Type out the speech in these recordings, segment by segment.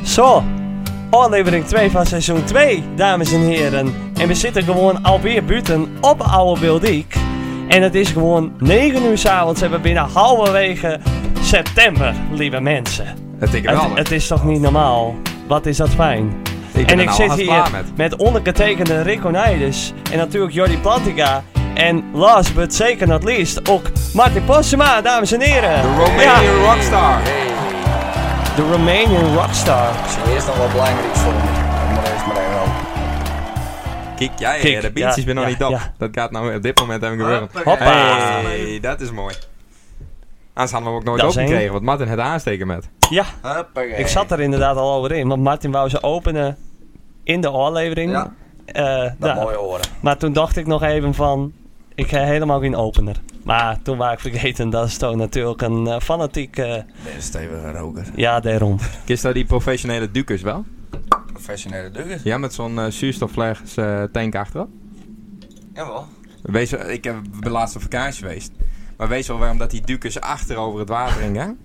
Zo, aflevering 2 van seizoen 2, dames en heren. En we zitten gewoon alweer buiten op Oude Bildiek. En het is gewoon 9 uur 's avonds en we binnen halverwege september, lieve mensen. Het is toch niet normaal? Wat is dat fijn. Ik zit hier met ondergetekende Rico Nijdes en natuurlijk Jordi Plantinga. En last but zeker not least ook Martin Postema, dames en heren. De Romanian Rockstar. De Romanian Rockstar. Dat is eerst nog wel belangrijk voor me. Dat moet eerst maar even op. Kijk, de beats ben nog niet op. Ja. Dat gaat nou op dit moment even gebeuren. Hoppa. Hey, dat is mooi. Anders hadden we ook nooit opgekregen, want Martin het aansteken met. Ja, ik zat er inderdaad al over in, want Martin wou ze openen in de aflevering. Ja, dat mooi horen. Maar toen dacht ik nog even van, ik heb helemaal geen opener. Maar toen was ik vergeten, dat is toch natuurlijk een fanatieke... stevige roker. Ja, daarom. Kist dat die professionele dukers wel? Professionele dukers? Ja, met zo'n zuurstofflegs tank achterop. Jawel. Ik heb de laatste vakantie geweest. Maar weet je wel waarom dat die dukers achter over het water ingaan?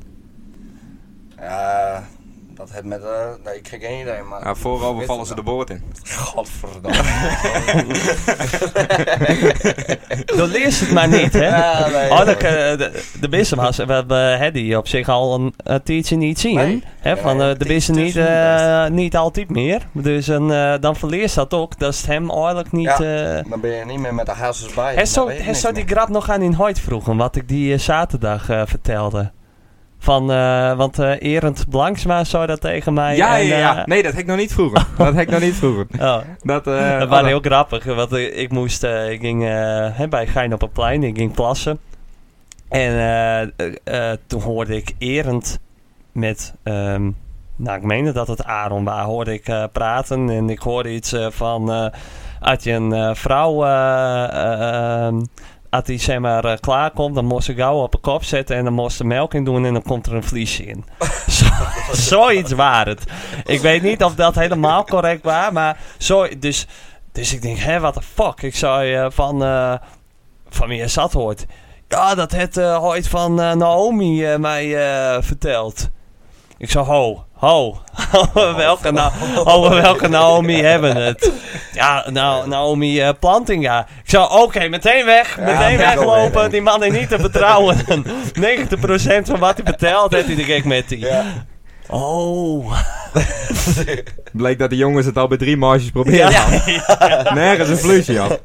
Ja, dat heeft met... nee, ik heb geen idee, maar... Ja, voorover vallen ze de boord in. Godverdomme. Dan leest het maar niet, hè? Ja, nee. De bisse was, we hebben die op zich al een tijdje niet zien. Nee. Hè, van de bisse niet altijd meer. Dus dan verleert dat ook. Dat is hem eigenlijk niet... Ja, dan ben je niet meer met de hazes bij. Hij zou die grap nog aan in Hoyt vroegen, wat ik die zaterdag vertelde. Want Erend Blanksma zou dat tegen mij... Ja. Nee, dat heb ik nog niet vroeger. Oh. Dat was heel grappig. Want ik ging bij Gein op een plein. Ik ging plassen. En toen hoorde ik Erend met... ik meende dat het Aaron was. Hoorde ik praten. En ik hoorde iets van... als je een vrouw... als die zeg maar klaarkomt, dan moest ze gauw op een kop zetten en dan moest ze melk in doen en dan komt er een vliesje in. Zoiets was het. Ik weet niet of dat helemaal correct was, maar zo. Dus ik denk, what the fuck? Ik zou van wie je zat hoort. Ja, dat het ooit van Naomi mij verteld. Ik zou welke Naomi hebben het? Ja, Naomi Plantinga. Ik zou meteen weglopen. Die man is niet te vertrouwen. 90% van wat hij vertelt, heeft hij de gek met die. Ja. Oh. Bleek dat de jongens het al bij 3 marges proberen. Ja. Nergens een vloesje op.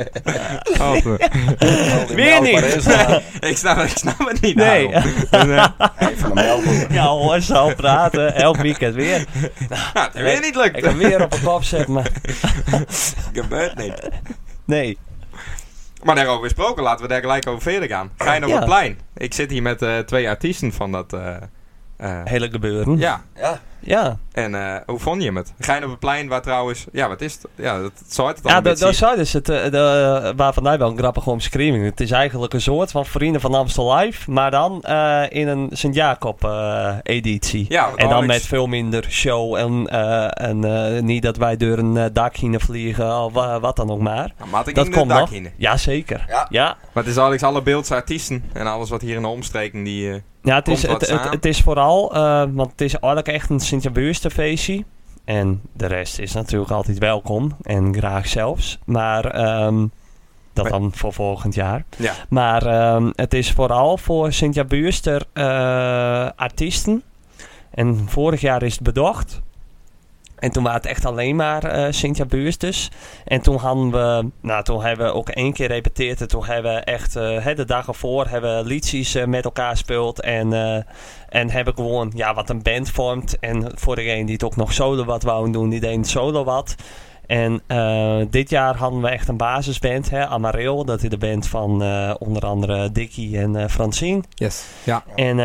Weer niet. Ik snap het niet. Nee. Even een melk. Ja hoor, zo praten. Elk weekend weer. Het weer niet lukt. Ik heb weer op een kop zetten, maar... Gebeurt niet. Nee. Maar daarover gesproken, laten we daar gelijk over verder gaan. Gein op het plein. Ik zit hier met 2 artiesten van dat... hele gebeuren. Ja. En hoe vond je het? Gein op het plein, waar trouwens... Ja, wat is het? Ja, dat zou het al een beetje... Ja, dat is het. Waar van mij wel een grappige omschrijving. Het is eigenlijk een soort van Vrienden van Amstel Live, maar dan in een Sint-Jacob-editie. Ja, en dan met veel minder show en niet dat wij door een dak heen vliegen of wat dan ook maar. Maar dat komt nog. Jazeker. Ja. Maar het is eigenlijk alle beeldse artiesten en alles wat hier in de omstreken die... Ja, het is vooral, want het is eigenlijk echt een Sint-Jabuurster feestje. En de rest is natuurlijk altijd welkom en graag zelfs. Maar dat dan voor volgend jaar. Ja. Maar het is vooral voor Sint-Jabuurster artiesten. En vorig jaar is het bedacht. En toen waren het echt alleen maar Sint-Jabuursters. En toen hebben we ook 1 keer repeteerd. En toen hebben we echt de dag ervoor hebben we liedjes met elkaar gespeeld. En hebben gewoon wat een band vormt. En voor degene die het ook nog solo wat wou doen, die deed solo wat. En dit jaar hadden we echt een basisband, Amareel. Dat is de band van onder andere Dickie en Francine. Yes, ja.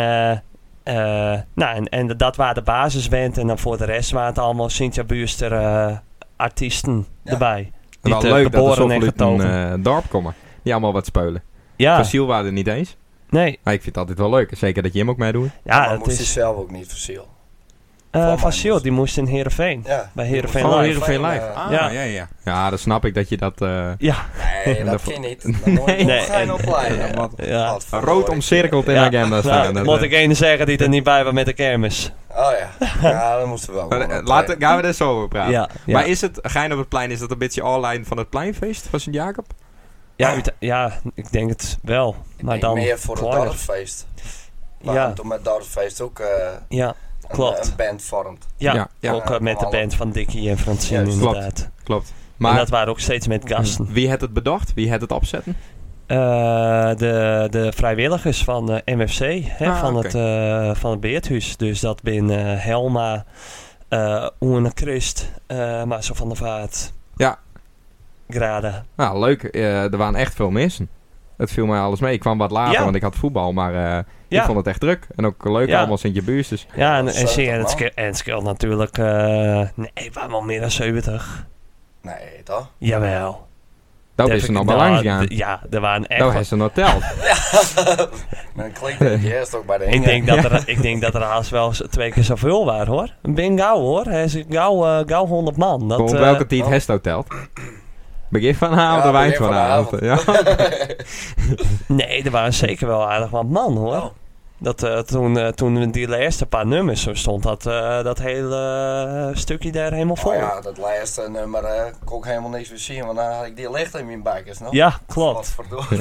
En dat waren de basisband. En dan voor de rest waren het allemaal Sint-Jabuurster artiesten erbij. Die wel leuk dat er zoveel uit een dorp komen. Die allemaal wat spelen. Ja. Fossiel waren er niet eens. Nee. Maar ik vind het altijd wel leuk. Zeker dat je hem ook meedoet. Ja, maar moest je zelf ook niet Fossiel? Fossiel, die moest in Heerenveen. Ja. Bij Heerenveen Live. Heerenveen Live. Ja. Ja, dan snap ik dat je dat... Nee, dat kan niet. Dan moet je nog geen opleiden. Rood omcirkeld in de agenda staan. Moet ik één zeggen die er niet bij was met de kermis. Oh ja. Ja, dat moesten we wel. Gaan we er zo over praten. Ja. Maar is het, Gein op het plein, is dat een beetje online van het pleinfeest van Sint-Jacob? Ja, ik denk het wel. Maar dan meer voor het dorpsfeest. We hadden toen met het dorpsfeest ook klopt. Een band vormt. Ja. Ook met de band van Dickie en Francine inderdaad. Klopt. Maar en dat waren ook steeds met gasten. Wie had het bedacht? Wie had het opzetten? De vrijwilligers van MFC, van het Beerthuis. Dus dat ben Helma, Oene Christ, Marcel van der Vaart. Ja. Grada. Nou, leuk. Er waren echt veel mensen. Het viel mij alles mee. Ik kwam wat later, want ik had voetbal, maar ik vond het echt druk. En ook leuk allemaal Sint-Jabuurs. Dus. Ja, en het scheelt natuurlijk... nee, waren wel meer dan 70. Nee, toch? Jawel. Dat is er nog bij langs gaan. Ja, er waren echt... Dat is een hotel. Maar dat klinkt het eerst ook bij de ik denk dat er haast wel 2 keer zoveel waren, hoor. Ik ben gauw, hoor. Hij is gauw 100 man. Dat, welke tijd heeft het hotel? Begin van de avond of eind van de avond? Ja. Nee, er waren zeker wel aardig wat man, hoor. Oh. Dat, toen die laatste paar nummers zo stond, dat hele stukje daar helemaal vol. Oh ja, dat laatste nummer kon ik helemaal niks meer zien, want dan had ik die licht in mijn buik. Ja, klopt.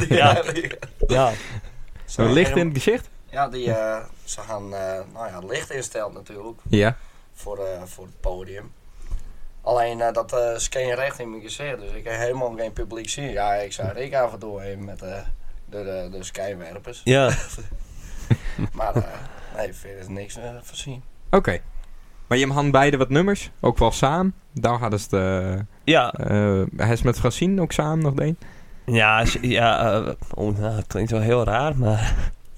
Ja. Zo'n licht in het gezicht? Ja, ze gaan licht instellen natuurlijk. Ja. Voor het podium. Alleen dat is geen recht in mijn gezicht, dus ik heb helemaal geen publiek zien. Ja, ik zou Rick af en toe even met de skywerpers. Ja. Maar nee, verder is niks voorzien. Oké. Maar je had beide wat nummers, ook wel samen. Daar hadden ze het... hij is met Francine ook samen nog een. Ja, dat klinkt wel heel raar, maar...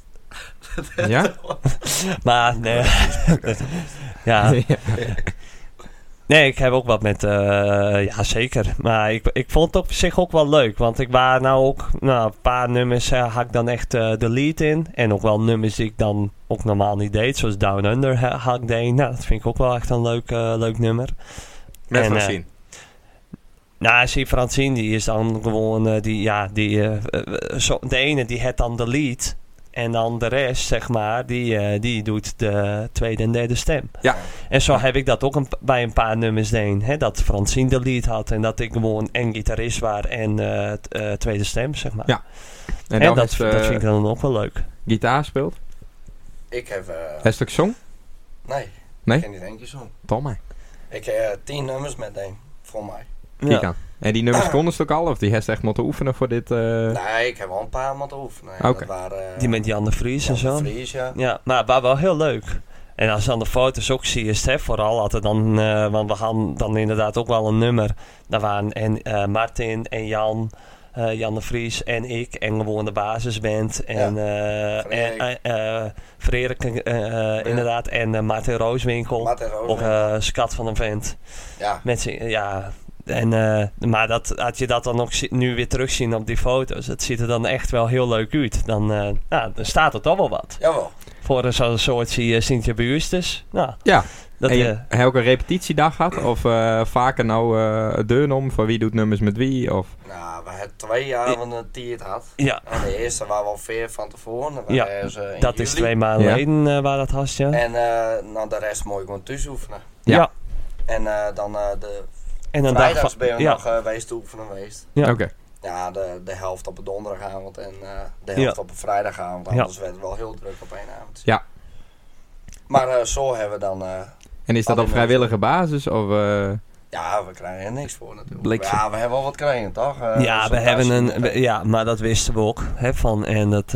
Ja? Maar, nee. Ja. Nee, ik heb ook wat met... ja, zeker. Maar ik vond het op zich ook wel leuk. Want ik waren nou ook... een paar nummers had ik dan echt de lead in. En ook wel nummers die ik dan ook normaal niet deed. Zoals Down Under had ik deed. Nou, dat vind ik ook wel echt een leuk nummer. Met Francine? Nou, Francine, die is dan gewoon... de ene die heeft dan de lead... En dan de rest, zeg maar, die doet de tweede en derde stem. Ja. En zo heb ik dat ook bij een paar nummers deed. Hè, dat Francine de lead had en dat ik gewoon en gitarist was en tweede stem, zeg maar. Ja. En dat vind ik dan ook wel leuk. Gitaar speelt? Ik heb... Heeft het ook zong? Nee? Ik heb niet één keer zong. Tot mij. Ik heb 10 nummers met een, voor mij. Kijk aan. En die nummers konden ze ook al? Of die heeft echt moeten oefenen voor dit? Nee, ik heb wel een paar moeten oefenen. Okay. Die met Jan de Vries en zo? Vries, ja. Ja, maar het was wel heel leuk. En als je dan de foto's ook ziet, Stef vooral altijd dan... want we gaan dan inderdaad ook wel een nummer. Daar waren Martin en Jan de Vries en ik. En gewoon de basisband. En Frederik inderdaad. En Martin Rooswinkel. Ook skat van een vent. Ja. Maar had je dat dan ook nu weer terugzien op die foto's, het ziet er dan echt wel heel leuk uit. Dan staat het toch wel wat. Jawel. Voor zo'n soort Sint-Jabuurs dus. Nou, ja. En heb je ook een repetitiedag gehad? Of vaker nou deun om? Van wie doet nummers met wie? Of? Nou, we hebben 2 jaar van de tijd gehad. Ja. En de eerste waren wel ver van tevoren. Ja, dat is 2 maanden geleden waar dat was, ja. En de rest mooi gewoon thuis oefenen. Ja. En dan de... En een vrijdags ben je nog geweest oefenen geweest. Ja. Oké. Ja, de helft op een donderdagavond en de helft op een vrijdagavond. Anders werd het wel heel druk op 1 avond. Ja. Maar zo hebben we dan... en is dat op vrijwillige basis? Of, Ja, we krijgen er niks voor natuurlijk. Bliksem. Ja, we hebben wel wat gekregen, toch? Ja, we hebben ja, maar dat wisten we ook. Hè, van, en dat...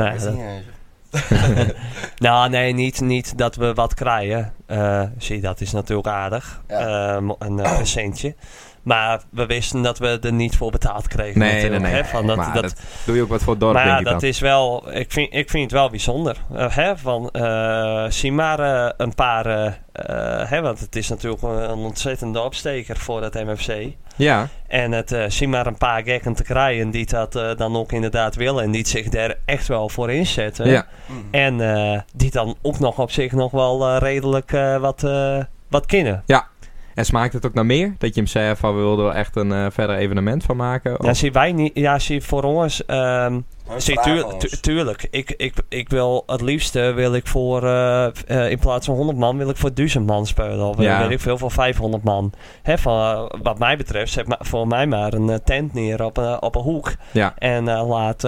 nou, nee, niet dat we wat krijgen. Zie, dat is natuurlijk aardig. Ja. Een centje. Maar we wisten dat we er niet voor betaald kregen. Nee. Hè, van dat doe je ook wat voor het dorp, maar denk ik dat dan. Is wel... Ik vind het wel bijzonder. Zie maar een paar... want het is natuurlijk een ontzettende opsteker voor het MFC. Ja. En zie maar een paar gekken te krijgen die dat dan ook inderdaad willen. En die zich daar echt wel voor inzetten. Ja. En die dan ook nog op zich nog wel redelijk wat kennen. Ja. En smaakt het ook naar meer? Dat je hem zei van we wilden er echt een verder evenement van maken? Of? Ja, zie wij niet. Ja, zie voor ons. Tuurlijk. Ik wil het liefste wil ik voor in plaats van 100 man wil ik voor 1000 man spelen. Of weet ik veel, voor 500 man. Wat mij betreft, zet voor mij maar een tent neer op een hoek. Ja. En laat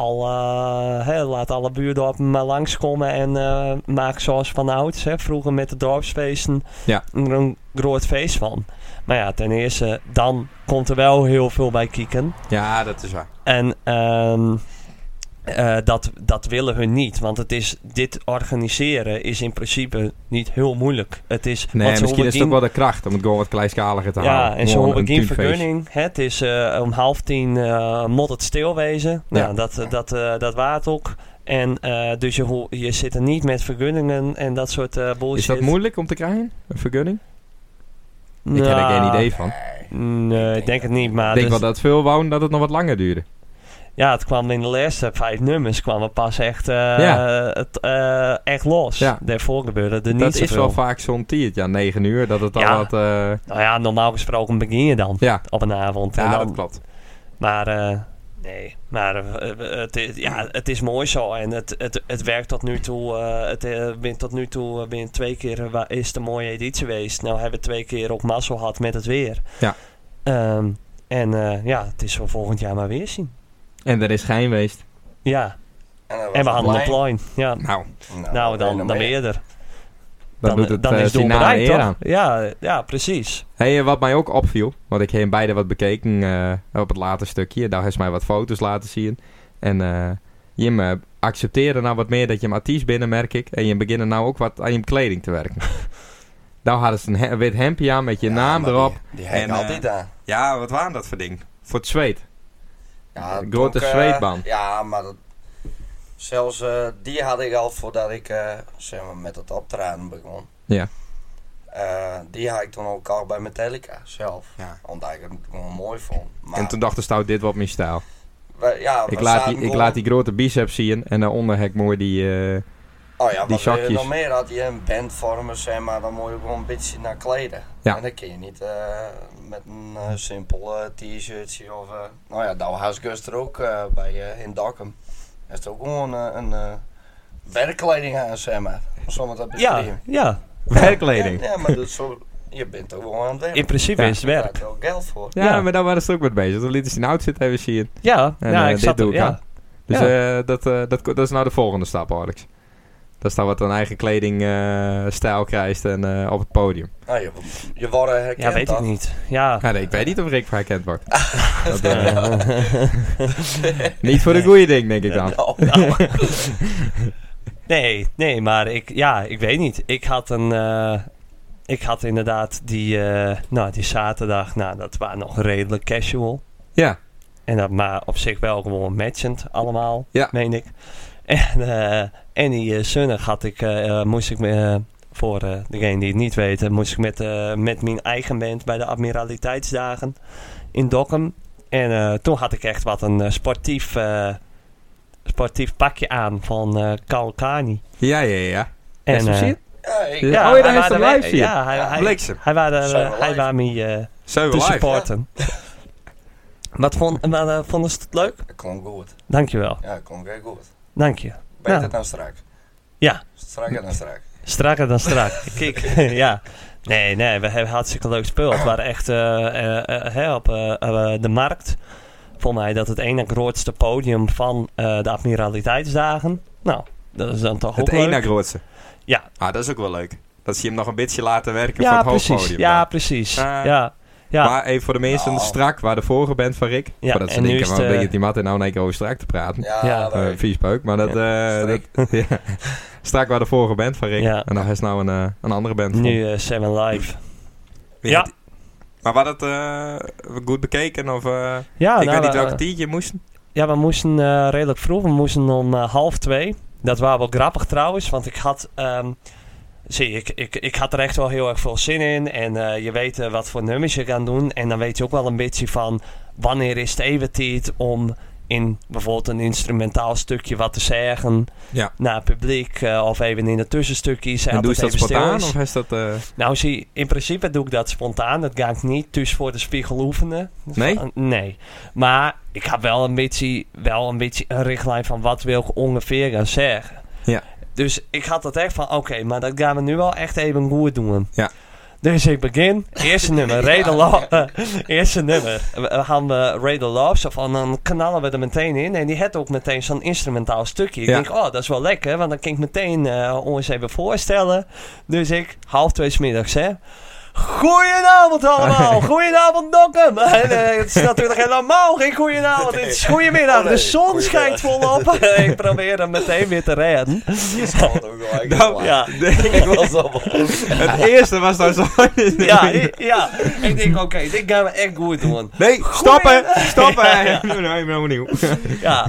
alle buurdorpen maar langskomen en maak zoals van ouds. Vroeger met de dorpsfeesten een groot feest van. Maar ja, ten eerste, dan komt er wel heel veel bij kijken. Ja, dat is waar. En dat willen hun niet. Want dit organiseren is in principe niet heel moeilijk. Misschien is het ook wel de kracht om het gewoon wat kleinschaliger te houden. Ja, en zo hebben we geen vergunning. Het is om 9:30 moet het stilwezen. Ja. Nou, dat waard ook. En dus je zit er niet met vergunningen en dat soort bullshit. Is dat moeilijk om te krijgen, een vergunning? Ik heb er geen idee van. Nee, ik denk het niet. Maar ik denk wel dat veel wouden dat het nog wat langer duurde. Ja, het kwam in de laatste 5 nummers kwam pas echt, echt los. Ja. Daarvoor gebeurde er niet zoveel. Dat is wel vaak zo'n 9 uur, dat het al wat... Nou ja, normaal gesproken begin je dan op een avond. Ja, en dan, dat klopt. Maar nee, maar het is mooi zo en het werkt tot nu toe. Binnen 2 keer is het een mooie editie geweest. Nou hebben we 2 keer ook mazzel gehad met het weer. Ja. Het is voor volgend jaar maar weer zien. En er is schijn geweest. Ja. En we hadden een plein. Ja. Nou, dan ben je er. Dan doet het is het bereikt, toch? Aan. Ja, precies. Hey, wat mij ook opviel, want ik heb beide wat bekeken op het later stukje. Daar heeft mij wat foto's laten zien. En Jim accepteerde nou wat meer dat je hem artiest binnen, merk ik. En je begint nou ook wat aan je kleding te werken. Nou hadden ze een wit hemdje aan met je naam erop. Die heb altijd aan. Ja, wat waren dat voor ding? Voor het zweet. Ja, grote zweetband. Ja, maar zelfs die had ik al voordat ik met het optreden begon. Ja. Die had ik toen ook al bij Metallica zelf. Ja. Omdat ik het gewoon mooi vond. Maar en toen dacht de stout, dit wordt mijn stijl. Ik laat die grote biceps zien en daaronder heb ik mooi die die zakjes. Nog meer had je een band vormen, zeg maar, dan moet je gewoon een beetje naar kleden. Ja. En dan kun je niet met een simpel t-shirtje of... daar was Gus er ook bij in Dokkum. Er is ook gewoon een werkkleding aan, zeg maar. Om dat beschrijven. Ja. Werkkleding. Ja, maar dat zo... Je bent ook gewoon aan het werk. In principe is het werk. Daar heb je wel geld voor. Ja, maar daar waren ze ook met bezig. Dan lieten ze een outfit even zien. Ja, en, ik zat doe ik aan. Dus dat is nou de volgende stap, Alex. Dat is nou wat een eigen kledingstijl krijgt en op het podium. Je wordt herkend. Ja, weet ik niet. Ja. Nee, ik weet niet of Rick herkend wordt. Niet voor de goede ding, denk ik dan. Nee, maar ik weet niet. Ik had inderdaad die zaterdag, dat was nog redelijk casual. Ja. En dat maar op zich wel gewoon matchend allemaal, meen ik. En die zondag moest ik voor degene die het niet weten, moest ik met mijn eigen band bij de Admiraliteitsdagen in Dokkum. En toen had ik echt wat een sportief pakje aan van Kalkani. Ja. En daar heeft hem live zien. Ja, Bliksem. Hij was me te supporten. Wat vonden ze het leuk? Dat klonk goed. Dankjewel. Ja, dat klonk echt goed. Dank je. Beter dan strak. Ja. Strakker dan strak. Strakker dan strak. Kijk, ja. Nee, we hebben hartstikke leuk gespeeld. Het waren echt op de markt. Volgens mij dat het ene grootste podium van de Admiraliteitsdagen. Nou, dat is dan toch ook leuk. Het ene grootste? Ja. Ah, dat is ook wel leuk. Dat ze je hem nog een beetje laten werken voor het hoofdpodium. Ja, precies. Ja. Maar even voor de mensen strak, waar de vorige band van Rick. Ja, voordat ze denken, waarom denk je die Matt en nou in één keer over strak te praten. Viespeuk. Maar strak waar de vorige band van Rick. Ja. En dan is nou een andere band van. Nu Seven Live. Ja. Maar was het goed bekeken? Of, ik weet niet welke tientje je moesten. Ja, we moesten redelijk vroeg. We moesten om 1:30. Dat was wel grappig trouwens, want ik had... ik had er echt wel heel erg veel zin in. En je weet wat voor nummers je gaat doen. En dan weet je ook wel een beetje van... wanneer is het even tijd om in bijvoorbeeld een instrumentaal stukje wat te zeggen naar het publiek. Of even in een tussenstukje. En doe je dat spontaan of is dat... Nou zie, in principe doe ik dat spontaan. Dat ga ik niet dus voor de spiegel oefenen. Nee? Nee. Maar ik heb wel een beetje een richtlijn van wat wil ik ongeveer gaan zeggen. Ja. Dus ik had dat echt van, oké, maar dat gaan we nu wel echt even goed doen. Ja. Dus ik begin, eerste nummer, eerste nummer. We gaan Ray the Love, zo van, dan knallen we er meteen in. En die had ook meteen zo'n instrumentaal stukje. Ik denk, dat is wel lekker, want dan kan ik meteen ons even voorstellen. Dus ik, 1:30 'middags, hè. Goedenavond allemaal, goedenavond Dokkum. Het is natuurlijk helemaal geen goedenavond, het is goedemiddag, de zon schijnt volop. Ik probeer hem meteen weer te redden. Je zal het ook gelijk Het eerste was dan zo. Ja, ik denk oké, dit gaan we echt goed doen. Nee, stoppen! Nee, opnieuw. Ja,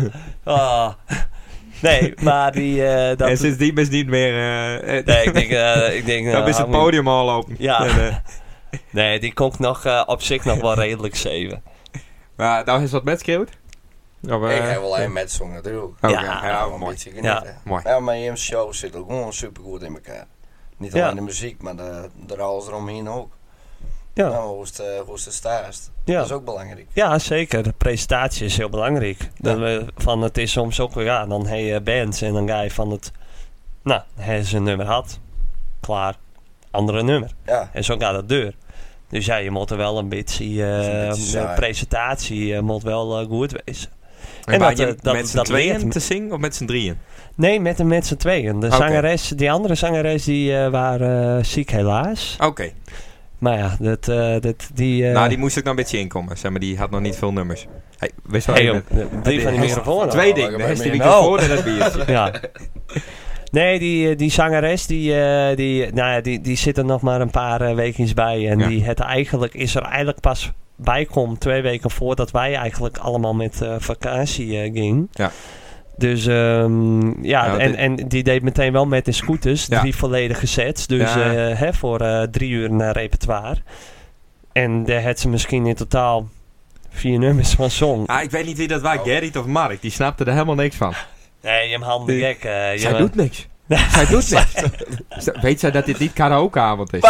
nee, maar die... en sindsdien is niet meer... nee, ik denk dan is het podium al open. Ja. Nee, die kon ik nog op zich nog wel redelijk 7. Maar nou is wat met schreeuwt? Ik heb wel een met zong natuurlijk. Ja, mooi. Mooi. Ja, maar je show zit ook gewoon super goed in elkaar. Niet alleen de muziek, maar de alles eromheen ook. Ja. Nou, hoe is het staast? Ja. Dat is ook belangrijk. Ja, zeker. De presentatie is heel belangrijk. Van het is soms ook, dan heb je bands en dan ga je van het... Nou, hij is een nummer had. Klaar. Andere nummer. Ja. En zo gaat het deur. Dus ja, je moet er wel een beetje presentatie moet wel goed wezen. En dat met z'n tweeën te zingen of met z'n drieën? Nee, met z'n tweeën. De zangeres, die andere zangeres, die waren ziek helaas. Oké. Maar ja, die... Nou, die moest ook nog een beetje inkomen. Zeg maar, die had nog niet veel nummers. Hey, wist wel drie van die microfoons. Twee dingen. De die microfoon en dat biertje. Ja. Nee, die zangeres, die zit er nog maar een paar weekjes bij. En die is er eigenlijk pas bijkomt 2 weken voordat wij eigenlijk allemaal met vakantie gingen. Ja. Dus en die deed meteen wel met de scooters 3 volledige sets. Dus voor 3 uur naar repertoire. En daar had ze misschien in totaal 4 nummers van zong. Ik weet niet wie dat was, Gerrit of Mark. Die snapte er helemaal niks van. Nee, je hebt handen gek. Zij doet niks. Zij doet niks. Weet zij dat dit niet karaokeavond is?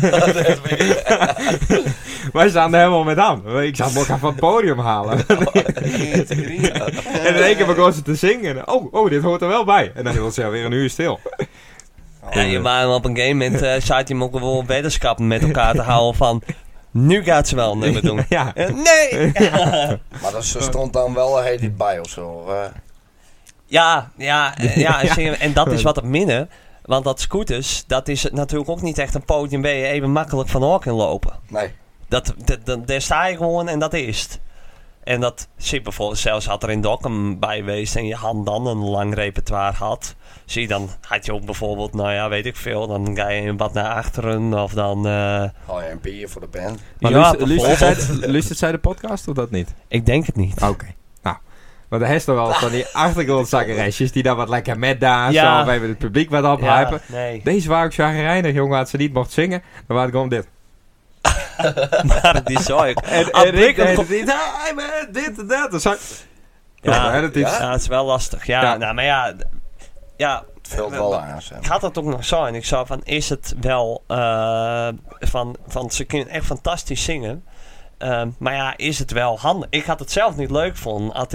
Wij staan er helemaal met aan. Ik zou hem ook van het podium halen. En in één keer begon ze te zingen. Oh, dit hoort er wel bij. En dan wil ze weer een uur stil. Ja, je maar op een game moment zat je hem ook gewoon weddenschappen met elkaar te houden van... Nu gaat ze wel een nummer doen. Ja. Nee! Maar ze stond dan wel heet dit bij of zo? Ja. En dat is wat het minder. Want dat scooters, dat is natuurlijk ook niet echt een podium waar je even makkelijk van hoor kan lopen. Nee. Daar sta je gewoon en dat is het. En dat zie je bijvoorbeeld, zelfs had er in Dokkum bij geweest en je hand dan een lang repertoire had. Zie je, dan had je ook bijvoorbeeld, weet ik veel, dan ga je wat naar achteren of dan... Haal je een bier voor de band. Maar luistert zij de podcast of dat niet? Ik denk het niet. Oké. Nou, want er is toch wel van die achtergrondzangeresjes die dan wat lekker met dansen of even het publiek wat ophypen. Nee. Deze waren ook chagrijnig, jongen, als ze niet mocht zingen, dan was het gewoon dit. Maar die zou ik... En Rick deed het niet. Dit en dat. Het is wel lastig. Ja. Nou, maar ja... Het vult wel aan. Ik had dat ook nog zo. En ik zou van, is het wel... van ze kunnen echt fantastisch zingen. Maar ja, is het wel handig? Ik had het zelf niet leuk vond. Had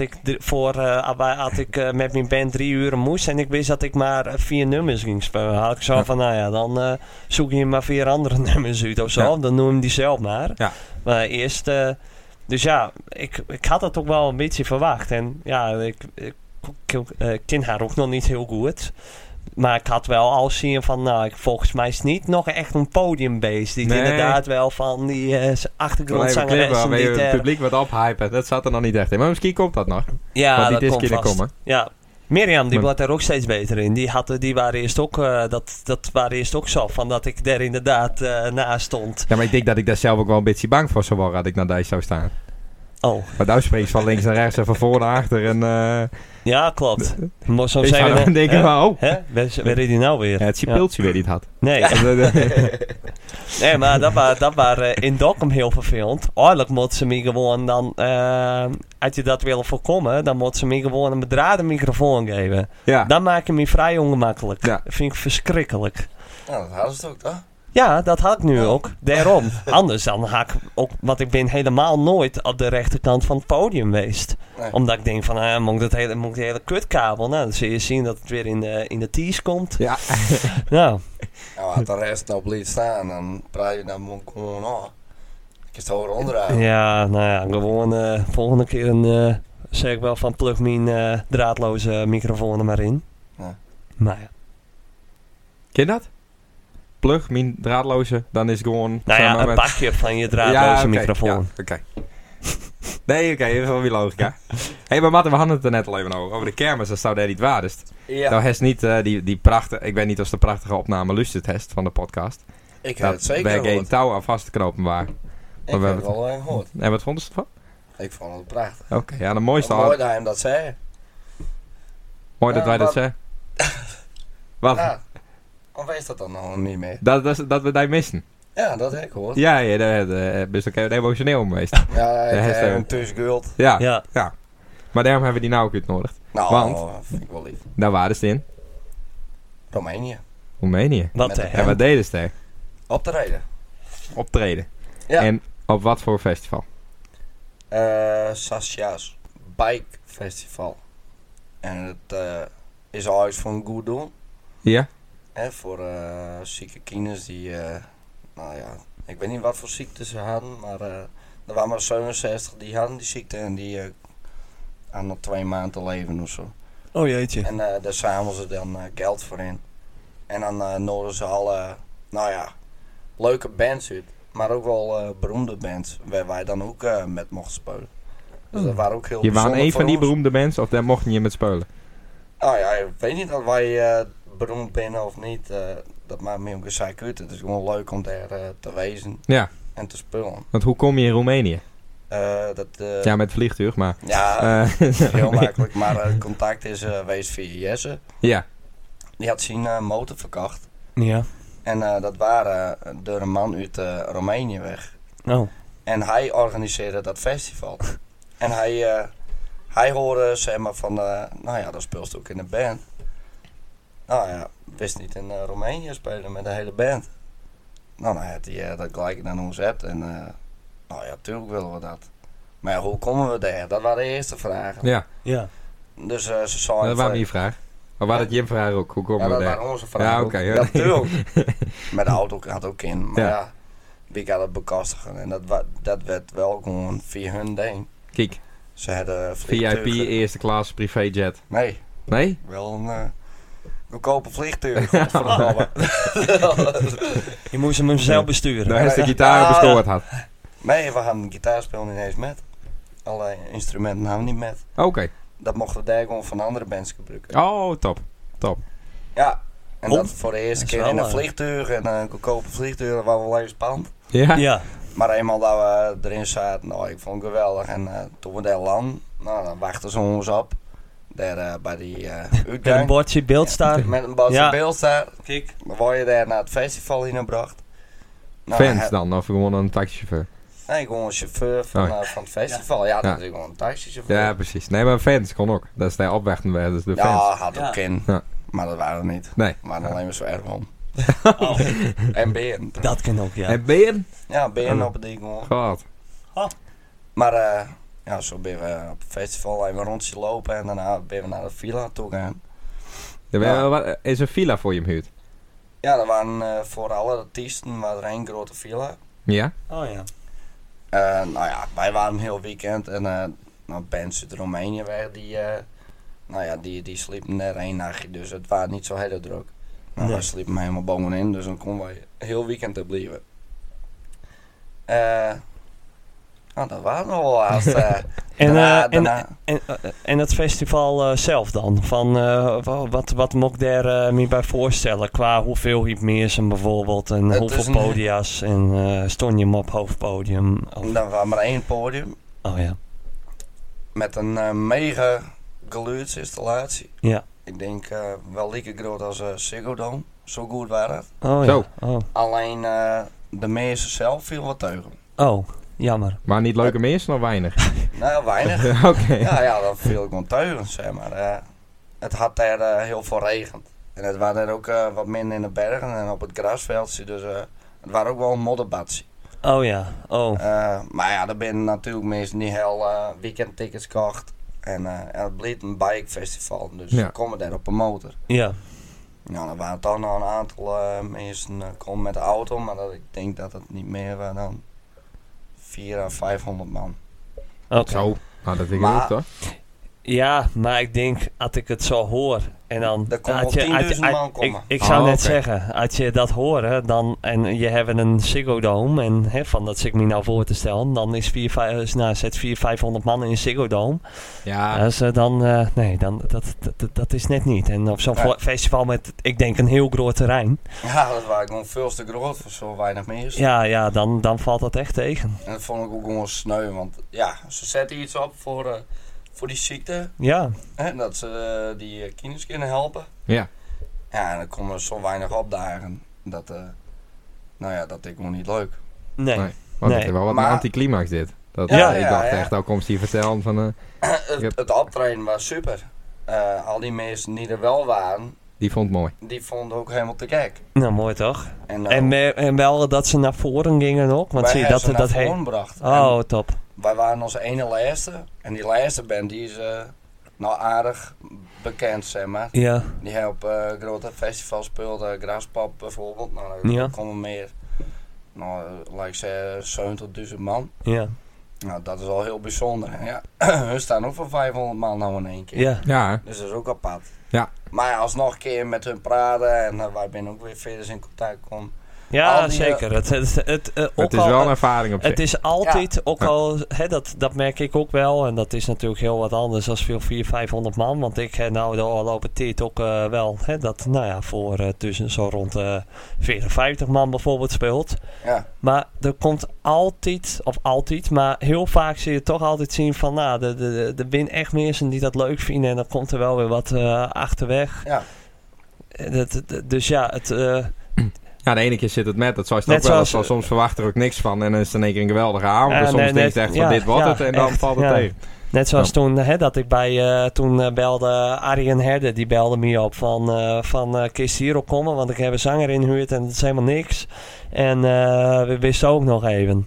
ik met mijn band 3 uur moest en ik wist dat ik maar 4 nummers ging spelen. Had ik zo van, dan zoek je maar 4 andere nummers uit of zo. Ja. Dan noem je die zelf maar. Ja. Maar eerst... dus ja, ik had het ook wel een beetje verwacht. En ja, ik ken haar ook nog niet heel goed. Maar ik had wel al zien van, volgens mij is het niet nog echt een podiumbeest. Die inderdaad wel van die achtergrondzangeressen. Waar je het publiek wat ophypen. Dat zat er nog niet echt in. Maar misschien komt dat nog. Ja, dat komt vast. Komen. Ja. Mirjam, die wordt er ook steeds beter in. Die waren eerst ook, dat waren eerst ook zo. Van dat ik daar inderdaad naast stond. Ja, maar ik denk dat ik daar zelf ook wel een beetje bang voor zou worden. Had ik naar deze zou staan. Oh. Maar daar spreekt van links naar rechts en van voor naar achter. En, ja, klopt. Moet zo ik zeggen. zou dan denken, waar is die nou weer? Ja, het chipultje weer niet had. Nee. Nee, maar dat waren in Dokkum heel vervelend. Eigenlijk moet ze me gewoon dan... als je dat wil voorkomen, dan moet ze me gewoon een bedraden microfoon geven. Ja. Dan maak je me vrij ongemakkelijk. Ja. Dat vind ik verschrikkelijk. Nou, dat hadden ze het ook, toch? Ja, dat had ik nu ook. Daarom. Anders dan ga ik ook... Want ik ben helemaal nooit op de rechterkant van het podium geweest. Nee. Omdat ik denk van... moet ik die hele kutkabel... Nou, dan zul je zien dat het weer in de tees komt. Ja. Nou. Nou, als de rest nou blijft staan, dan praat je dan gewoon af. Ik is het hoger onderuit. Ja, nou ja. Gewoon volgende keer zeg ik wel van plug mijn draadloze microfoon er maar in. Ja. Maar ja. Ken je dat? Plug, mijn draadloze, dan is het gewoon... Nou ja, een pakje van je draadloze microfoon. Ja, oké. Nee, oké, even wel weer logica. Hé, maar Matte, we hadden het er net al even over de kermis, dat zou daar niet waardigst. Ja. Nou, heeft niet die prachtige... Ik weet niet of de prachtige opname luistert heeft van de podcast. Ik heb het zeker bij gehoord. geen touw aan vast te knopen waar. Ik heb het wel gehoord. En wat vonden ze ervan? Ik vond het prachtig. Oké, ja, de mooiste... Mooi dat hij hem dat zei. Mooi dat Ja, wij dat maar- zeggen. Wat? Ja. Of wees dat dan nog niet meer? Dat we die missen. Ja, dat heb ik gehoord. Ja, daar ben ik emotioneel om geweest. Ja, ik heeft heb hij- een tusguld. Ja. Ja. Maar daarom hebben we die nou ook uitgenodigd. Nou, Want? vind ik wel lief. Daar waren ze in. Roemenië. Roemenië. Wat Met de de En hel? wat deden ze daar? Op te rijden. Optreden. Ja. En op wat voor festival? Sascha's Bike Festival. En het is al iets voor een goed doel. Ja? Hè, voor zieke kinders die, nou ja, ik weet niet wat voor ziektes ze hadden, maar er waren maar 67 die hadden die ziekte en die aan nog 2 maanden te leven of zo. Oh jeetje. En daar zamelen ze dan geld voor in. En dan nodigen ze alle, nou ja, leuke bands uit. Maar ook wel beroemde bands, waar wij dan ook met mochten spelen. Dus dat waren ook heel Je was bijzonder een voor van die ons. beroemde mensen of daar mocht je niet met spelen? Nou ja, ik weet niet of wij beroemd zijn of niet. Dat maakt me ook een zaak uit. Het is gewoon leuk om daar te wezen Ja. en te spelen. Want hoe kom je in Roemenië? Ja, met vliegtuig, maar... Ja, heel makkelijk. Maar het contact is geweest via Jesse. Ja. Die had zijn motor verkocht. Ja. En dat waren door een man uit Roemenië weg. Oh. En hij organiseerde dat festival. En hij hoorde zeg maar van, nou ja, dat speelt ook in een band. Nou ja, wist niet in Roemenië spelen met de hele band. Nou, dan had hij dat gelijk naar ons zet en nou ja, tuurlijk willen we dat. Maar ja, hoe komen we daar? Dat waren de eerste vragen. Ja. Ja. Dus ze zeiden... Dat was mijn vraag. Maar waar het je vraag ook? Hoe Ja, komen dat we daar? waren onze vragen. Ja, oké. Ja, natuurlijk. Met de auto had ook in. Maar Ja. ja, wie gaat het bekostigen? En dat werd wel gewoon via hun ding. Kijk, Ze hadden VIP, vliegtuigen. eerste klas, privéjet. Nee, Nee? wel een goedkope vliegtuig. Godverdomme. Je moest hem zelf besturen. Daar is de Ja. gitaar Ja. bestoord had. Nee, we hadden gitaarspel niet eens met. Alle instrumenten hadden we niet met. Oké. Dat mochten we daar gewoon van andere bands gebruiken. Oh, top. Top. Ja, en Oh, dat voor de eerste dat is keer in wel, een vliegtuig. En een goedkope vliegtuig, dat was wel even spannend. Ja? Ja. Maar eenmaal dat we erin zaten, nou, ik vond het geweldig. En toen we daar landen, nou, dan wachten ze ons op. Daar bij die Met een uitgang. bordje beeld staan. Met een bordje Ja. beeld daar. Kijk. Dan word je daar naar het festival ingebracht. Nou, Fans dan? Of gewoon een taxichauffeur? Nee, gewoon een chauffeur van, Oh. van het festival. Ja, dat Ja. is gewoon een taxichauffeur. Ja, precies. Nee, maar fans kon ook. Dat is daar opwachten bij. Dus de Ja, fans. had ook Ja. in. Ja. Maar dat waren we niet. Nee. We waren alleen maar zo erg om. Oh, En beren. dat kan ook, ja. En Been? Ja, beren Oh. op het ding gewoon. God. Maar ja, zo ben we op het festival even een rondje lopen. En daarna ben we naar de villa toe gaan. Ja. Is een villa voor je hem huurt? Ja, dat waren voor alle artiesten was er één grote villa. Ja? Oh ja. Nou ja, wij waren een heel weekend. En nou, bands uit Roemenië weg, nou ja, die sliepen er 1 nachtje. Dus het was niet zo heel druk. Nou, Nee. wij sliepen helemaal bovenin, dus dan konden wij heel weekend te blijven. Nou, dat waren we wel haast. En, daarna, en het festival zelf dan? Van, wat moet ik daar me bij voorstellen? Qua hoeveel hypmeersen bijvoorbeeld en Het hoeveel is een- podia's en stond je hem op hoofdpodium? Of, dan was maar 1 podium oh ja. met een mega geluidsinstallatie. Ja. Ik denk wel lekker groot als Ziggo Dome. Zo goed waren het. Oh ja. Zo. Oh. Alleen de meeste zelf viel wat teugen. Oh, jammer. Maar niet leuke mensen of weinig? Nou, weinig. Oké. Ja, dat viel ik wel teugen, zeg maar. Het had daar heel veel regend. En het waren er ook wat minder in de bergen en op het grasveldje. Dus het waren ook wel een modderbadje. Oh ja, oh. Maar ja, er zijn natuurlijk mensen die heel weekendtickets kocht. En het bleef een bikefestival, dus ze komen daar op een motor. Ja. Nou, dan waren toch nog een aantal mensen komen met de auto, maar ik denk dat het niet meer dan 400 à 500 man. Oké. Zo, nou dat ik ook toch? Ja, maar ik denk, als ik het zo hoor en dan... Er komen wel 10.000 man komen. Ik zou net zeggen, als je dat hoort dan, en je hebt een Ziggo Dome, en van dat zit ik me nou voor te stellen, dan is 500 man in een Ziggo Dome. Ja. Dus nee, dat is net niet. En op zo'n festival met, ik denk, een heel groot terrein. Ja, dat was gewoon veel te groot voor zo weinig mensen. Ja, dan valt dat echt tegen. En dat vond ik ook gewoon sneu, want ja, ze zetten iets op voor die ziekte. Ja. En dat ze die kinders kunnen helpen. Ja. Ja, en dan komen er zo weinig opdagen. Dat ik gewoon niet leuk. Nee. Want het is wel wat een anticlimax dit. Ik dacht echt, al komt hij vertellen van... Het optreden was super. Al die mensen die er wel waren... Die vond het mooi. Die vonden ook helemaal te gek. Nou, mooi toch? En wel dat ze naar voren gingen ook? Want zie je dat naar voren bracht. Oh, top. Wij waren onze ene lijste. En die lijste band die is nou aardig bekend, zeg maar. Ja. Die heeft op grote festivals speelde. Graspop bijvoorbeeld. Nou, daar komen meer... Nou, laat ik zeggen, 70.000 man. Ja. Nou, dat is al heel bijzonder. Ja, we staan ook voor 500 man nou in één keer. Ja. Dus dat is ook apart. Ja. Maar ja, alsnog een keer met hun praten en wij zijn ook weer verder in contact komen. Ja, zeker. Het is wel een ervaring op zich. Het is altijd, dat merk ik ook wel. En dat is natuurlijk heel wat anders dan 400-500 man. Want ik heb nou de afgelopen tijd ook wel dat voor tussen zo rond 40-50 man bijvoorbeeld speelt. Ja. Maar er komt altijd, maar heel vaak zie je toch altijd zien van er zijn echt mensen die dat leuk vinden. En dan komt er wel weer wat achterweg. Ja. Dus ja, het... Ja, de ene keer zit het met. Dat zoals het ook wel. Soms verwacht er ook niks van. En dan is het in één keer een geweldige avond. En soms denk je echt van dit wordt het. En dan valt het tegen. Net zoals toen dat ik toen belde Arjen Herde. Die belde me op van kist hier op komen. Want ik heb een zanger inhuurd en het is helemaal niks. En we wisten ook nog even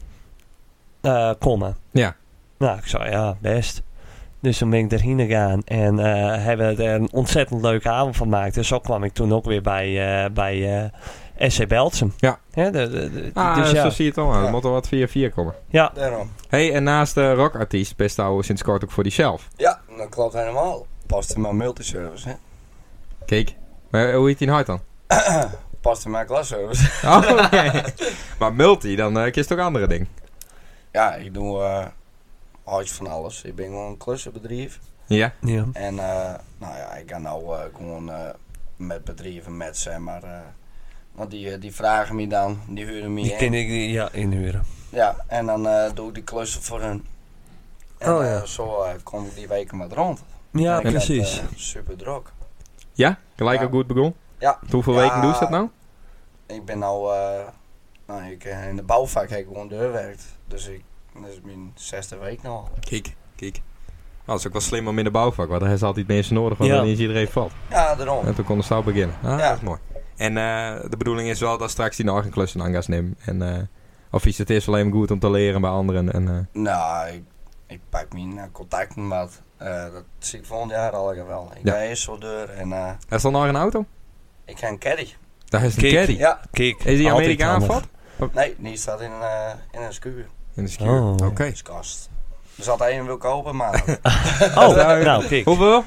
komen. Ja. Nou, ik zei ja, best. Dus toen ben ik erheen gegaan en hebben we er een ontzettend leuke avond van gemaakt. Dus zo kwam ik toen ook weer bij SC Beltsum. Ja. Dus zo zie je het al aan. Er moet er wat 4-4 komen. Ja. Daarom. Hey, en naast de rockartiest best al sinds kort ook voor diezelf. Ja, dat klopt helemaal. Past in mijn multiservice, hè. Kijk. Maar hoe heet die nou dan? Past in mijn klasservice. Oh, oké. Maar multi, dan kies je ook andere dingen. Ja, ik doe iets van alles. Ik ben gewoon een klussenbedrijf. Ja. En ik ga nou gewoon met bedrijven met, zeg maar... want die vragen me dan, die huren me in. Die kan ik inhuren. Ja, en dan doe ik die klussen voor hun. En zo kom ik die weken wat rond. Ja, precies. Super druk. Ja? Gelijk al goed begon? Ja. Hoeveel weken doe je dat nou? Ik ben nou... in de bouwvak heb ik gewoon deurwerkt. Dus dat is mijn 6e week nou. Kijk. Dat is ook wel slim om in de bouwvak, want daar is altijd mensen nodig, want dan is iedereen valt. Ja, daarom. En toen kon de stouw beginnen. Dat is mooi. En de bedoeling is wel dat straks die nog een klussen aan gaat nemen. En of is het eerst alleen goed om te leren bij anderen? En, Nou, ik pak mijn contacten wat. Dat zie ik volgend jaar al wel. Ik ga eerst zo deur en... Is er nog een auto? Ik ga een caddy. Daar is een caddy? Ja. Kijk. Is die Amerikaan vat? Nee, die staat in een schuur. In de schuur, oké. In de kast. Er zat één wil kopen, maar... nou, kijk. Hoeveel?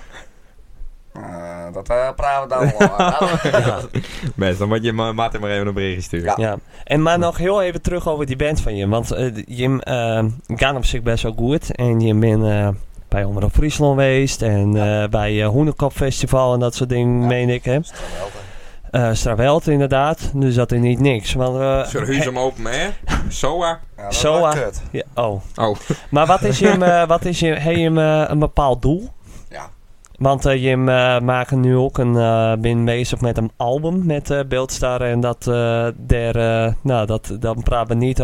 Dat praten we dan wel. Best, dan moet je Martin maar even een berichtje sturen. Ja. En maar nog heel even terug over die band van je. Want je gaat op zich best wel goed. En je bent bij Omroep Friesland geweest. En bij Hoenekop Festival en dat soort dingen, meen ik. Hè? Stravelte inderdaad. Dus dat is niet niks. Zullen hem open, hè? SOA. Ja, SOA. Ja, oh. Maar wat is je... Heb je een bepaald doel? Ja. Want je maken nu ook ben bezig met een album met Beeldstar. En dan praten we niet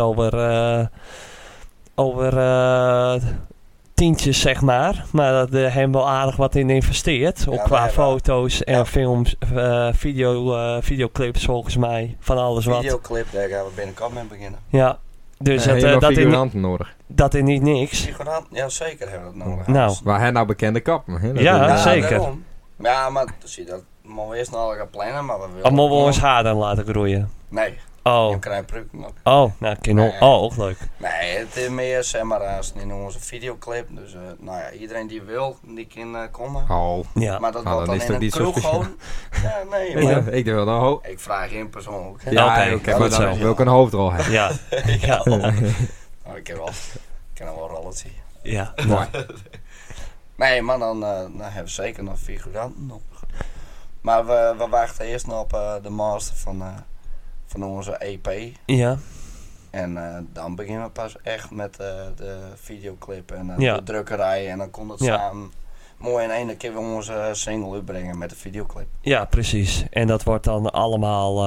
over tientjes, zeg maar. Maar dat hebben wel aardig wat in investeerd. Ook qua foto's en films, videoclips volgens mij. Van alles wat. Videoclip, daar gaan we binnenkort mee beginnen. Ja. Dus dat figuranten nodig. Dat is niet niks. Figuranten, ja zeker hebben we dat nodig. Nou. Waar hij nou bekende kappen. Ja, zeker. Daarom. Ja, maar zie dat moeten we eerst nog gaan plannen, maar we willen... Of moeten we ons haar dan laten groeien? Nee. Oh. Je krijgt een pruik nog. Oh, nou, ook leuk. Nee, het is meer, zeg maar, als in onze videoclip. Dus, iedereen die wil, die kan komen. Oh. Ja. Maar dat wordt dan in een kroeg gewoon. Ja, nee, maar... Ik wil dan Ik vraag je in persoon ook. Ja, oké, maar dan wil ik een hoofdrol hebben. Ja. Ja. Ik kan wel rollen zien. Ja. Mooi. Nee, maar dan hebben we zeker nog figuranten nodig. Maar we wachten eerst nog op de master van onze EP. Ja. En dan beginnen we pas echt met de videoclip en de drukkerij. En dan komt het samen mooi in één keer onze single uitbrengen met de videoclip. Ja, precies. En dat wordt dan allemaal...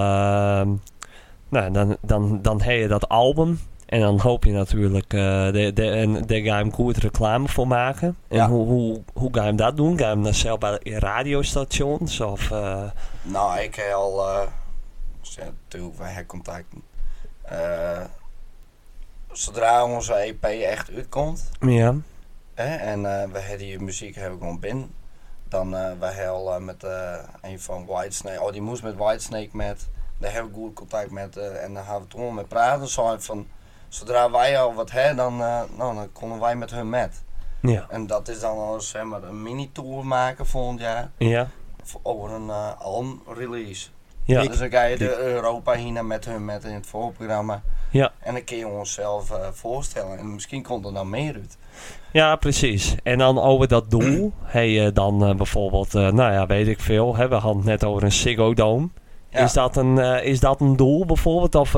dan heb je dat album. En dan hoop je natuurlijk... daar ga je hem goed reclame voor maken. En hoe ga je hem dat doen? Ga je hem dan zelf bij radiostations? Of... Nou, ik heb al... natuurlijk, wij hebben contacten. Zodra onze EP echt uitkomt... Ja. En we hebben die muziek gewoon binnen. Dan wij hebben al met een van Whitesnake... Oh, die moest met Whitesnake met... Daar hebben we goed contact met. En dan gaan we toen met praten. Zo van... Zodra wij al wat hebben, dan konden wij met hun met. Ja. En dat is dan al, zeg maar, een mini-tour maken volgend jaar. Ja. Over een album-release. Ja. Dus dan ga je de Europa heen met hun met in het voorprogramma. Ja. En dan kun je onszelf voorstellen. En misschien komt er dan meer uit. Ja, precies. En dan over dat doel. Dan bijvoorbeeld, weet ik veel. We hadden het net over een Ziggo Dome. Ja. Is dat een doel bijvoorbeeld? Of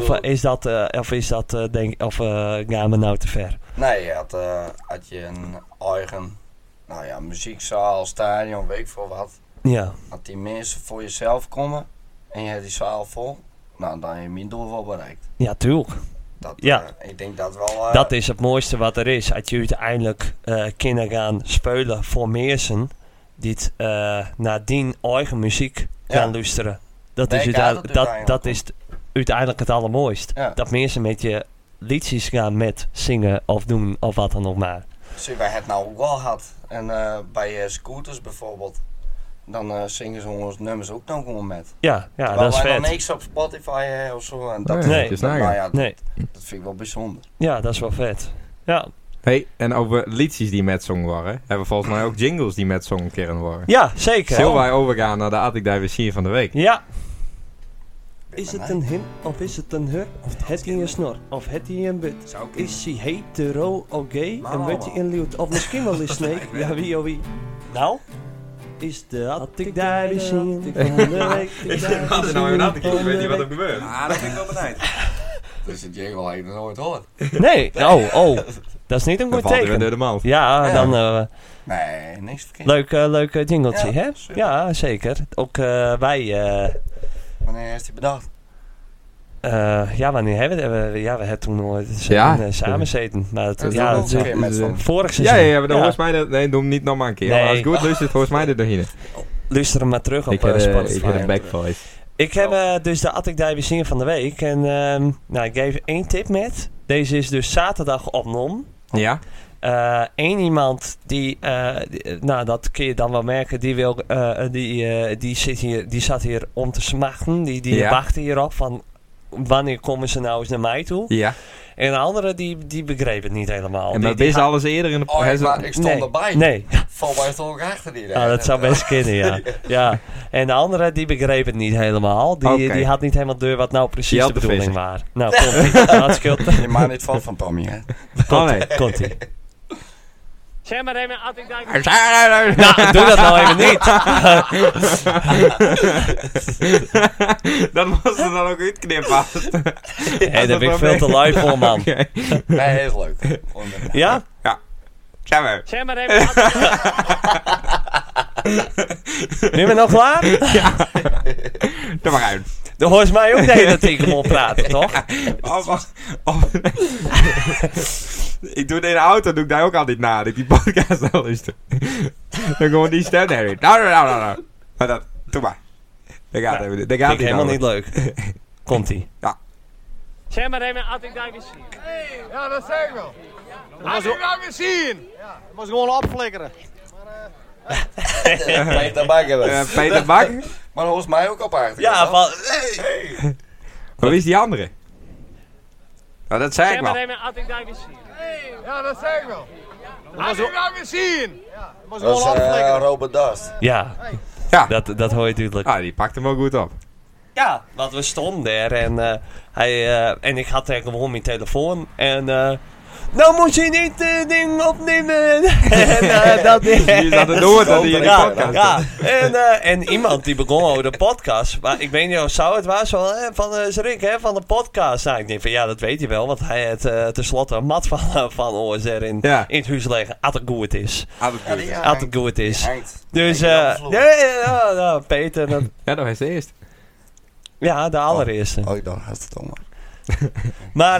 gaan we nou te ver? Nee, had je een eigen muziekzaal, stadion, weet ik veel wat. Ja. Als die mensen voor jezelf komen en je hebt die zaal vol, dan heb je mijn doel wel bereikt. Ja, tuurlijk. Ik denk dat wel... dat is het mooiste wat er is. Als je uiteindelijk kunnen gaan spelen voor mensen die naar die eigen muziek gaan luisteren. Dat is uiteindelijk het allermooist. Ja. Dat mensen met je liedjes gaan met zingen of doen of wat dan ook maar. Zie, wij het nou ook wel gehad. En bij Scooters bijvoorbeeld, dan zingen ze ons nummers ook nog gewoon met. Ja, dat is vet. Wij nog niks op Spotify of zo. En dat, dat vind ik wel bijzonder. Ja, dat is wel vet. Ja. Hey, en over liedjes die met zong waren, hebben we volgens mij ook jingles die met zong keren worden. Ja, zeker. Zullen wij overgaan naar de Attic Diversier van de week? Ja. Is het een him of is het een her? Of het hij een snor of het hij een but? Is hij hetero of gay? En wordt hij inluwd? Of misschien wel een snake? Ja, wie of wie? Nou? Is de Attic Diversier van de week? Ik had er nou een Attic, ik weet niet wat er gebeurt. Ah, dat vind ik wel benijd. Dus het jingle heb ik nog nooit gehoord. Nee, dat is niet een goed teken. Door de mouw. Ja, dan... nee, niks verkeerd. Leuk jingletje, hè? Super. Ja, zeker. Ook wij... Wanneer is die bedacht? Wanneer hebben we... Ja, we hebben toen nooit samen zeten. Maar vorig seizoen. Ja, maar dan volgens mij... Nee, doe hem niet nog maar een keer. Nee. Als het goed luistert, volgens mij er doorheen. Luister hem maar terug op Spotify. Ik heb een backvoice. Ik heb dus de Attic Diversier van de week. En ik geef 1 tip met. Deze is dus zaterdag opgenomen. Ja. Eén iemand die, dat kun je dan wel merken, die zat hier om te smachten. Die wachtte hierop van wanneer komen ze nou eens naar mij toe. Ja. En de andere die begreep het niet helemaal. En dat wist alles eerder in de... ik stond erbij. Nee. Volgens mij stond ik achter die. Dat zou best kunnen, ja. Ja. En de andere die begreep het niet helemaal. Die had niet helemaal door wat nou precies de bedoeling was. Nou, komt-ie. Dat scheelt. Je maakt niet van Tommy, hè? Komt-ie. Zeg maar even, Attic Nou, doe dat nou even niet. Dat moest er dan ook uitknippen. Daar ben ik veel te lui voor, man. Okay. Nee, is leuk. Ja? Ja. Zeg maar even, Nu ben je nog klaar? Ja. Doe maar uit. Dan hoor je mij ook de hele tijd gewoon praten, toch? Ik doe het in de auto, doe ik daar ook altijd na. Dat ik die podcast al luister. Dan gewoon die stem erin. Nou. Maar dat, doe maar. Dat gaat even. Dat gaat vind ik helemaal niet leuk. Komt-ie. Ja. Zeg maar even, had ik daar weer zien. Ja, dat zeg ik wel. Had ik daar weer zien. Ja, dat was gewoon opflikkeren. Peter Bakker. Peter Bak. Maar volgens mij ook op aardig. Ja, van... Hey. Maar wie is die andere? Nou, dat zei Zeg ik maar wel. even, had ik daar weer zien. Ja, dat zeg ik wel. Had ik daar weer zien. Ja, dat was Dat gewoon is opflikkeren. Robert Dust. Ja, Ja. dat hoor je duidelijk. Ah, die pakt hem ook goed op. Ja, want we stonden daar en en ik had gewoon mijn telefoon en nou moet je niet ding opnemen. En dat Je zat er door dat hij in de ja, podcast ja. En iemand die begon over de podcast. Maar ik weet niet of zou het was van Rick hè, van de podcast. Nou, ik denk van ja, dat weet hij wel, want hij had tenslotte een mat van oors er in het huis liggen. Als het goed is. Als het goed is. Dus ja, Peter. Ja, dat was de eerste. Ja, de allereerste. Oh, dan is het allemaal. Maar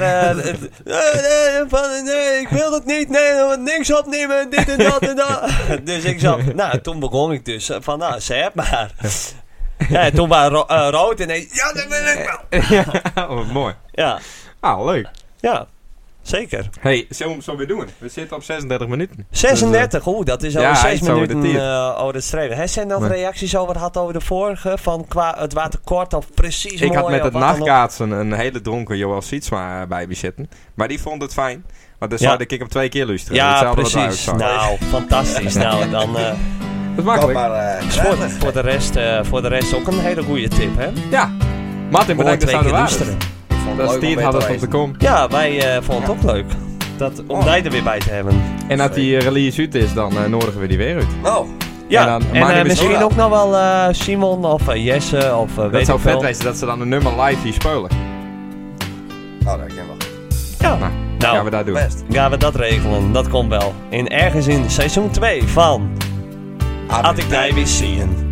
ik wil het niet, nee, niks opnemen, dit en dat en dat. Dus ik zat, nou, toen begon ik dus van, nou, zeg maar. Ja, toen was rood en ja, dat wil ik wel. Oh, mooi. Ja. Ah, leuk. Ja, zeker. Hey, zullen we weer doen? We zitten op 36 minuten. 36, dat is ja, over 6 zo de minuten tijd. over de streven. Hij zijn nog reacties over had over de vorige, van qua het water kort of precies Ik mooi. had met of het wat dan ook. nachtkaatsen een hele dronken Joël Sietsma bij me zitten. Maar die vond het fijn. Want dan zou ik hem 2 keer luisteren. Ja, Hetzelfde wat wij ook precies. zouden. Nou, fantastisch. Nou, dan... Dat is makkelijk. voor de rest ook een hele goede tip, hè? Ja. Martin, bedankt dat Gewoon ze 2 er keer waren. luisteren. Dat Stiert had het op de kom. Ja, wij vonden het ook leuk. Om jij er weer bij te hebben. En als die release uit is, dan nodigen we die weer uit. Nou, Ja, en misschien wel. ook nog wel Simon of Jesse of weet Dat ik zou veel. vet wezen dat ze dan een nummer live hier spelen. nou, dat kan wel. Ja, Nou, nou, gaan we dat doen. Best. gaan we dat regelen. Dat komt wel. Ergens in seizoen 2 van Had ik daar weer zien.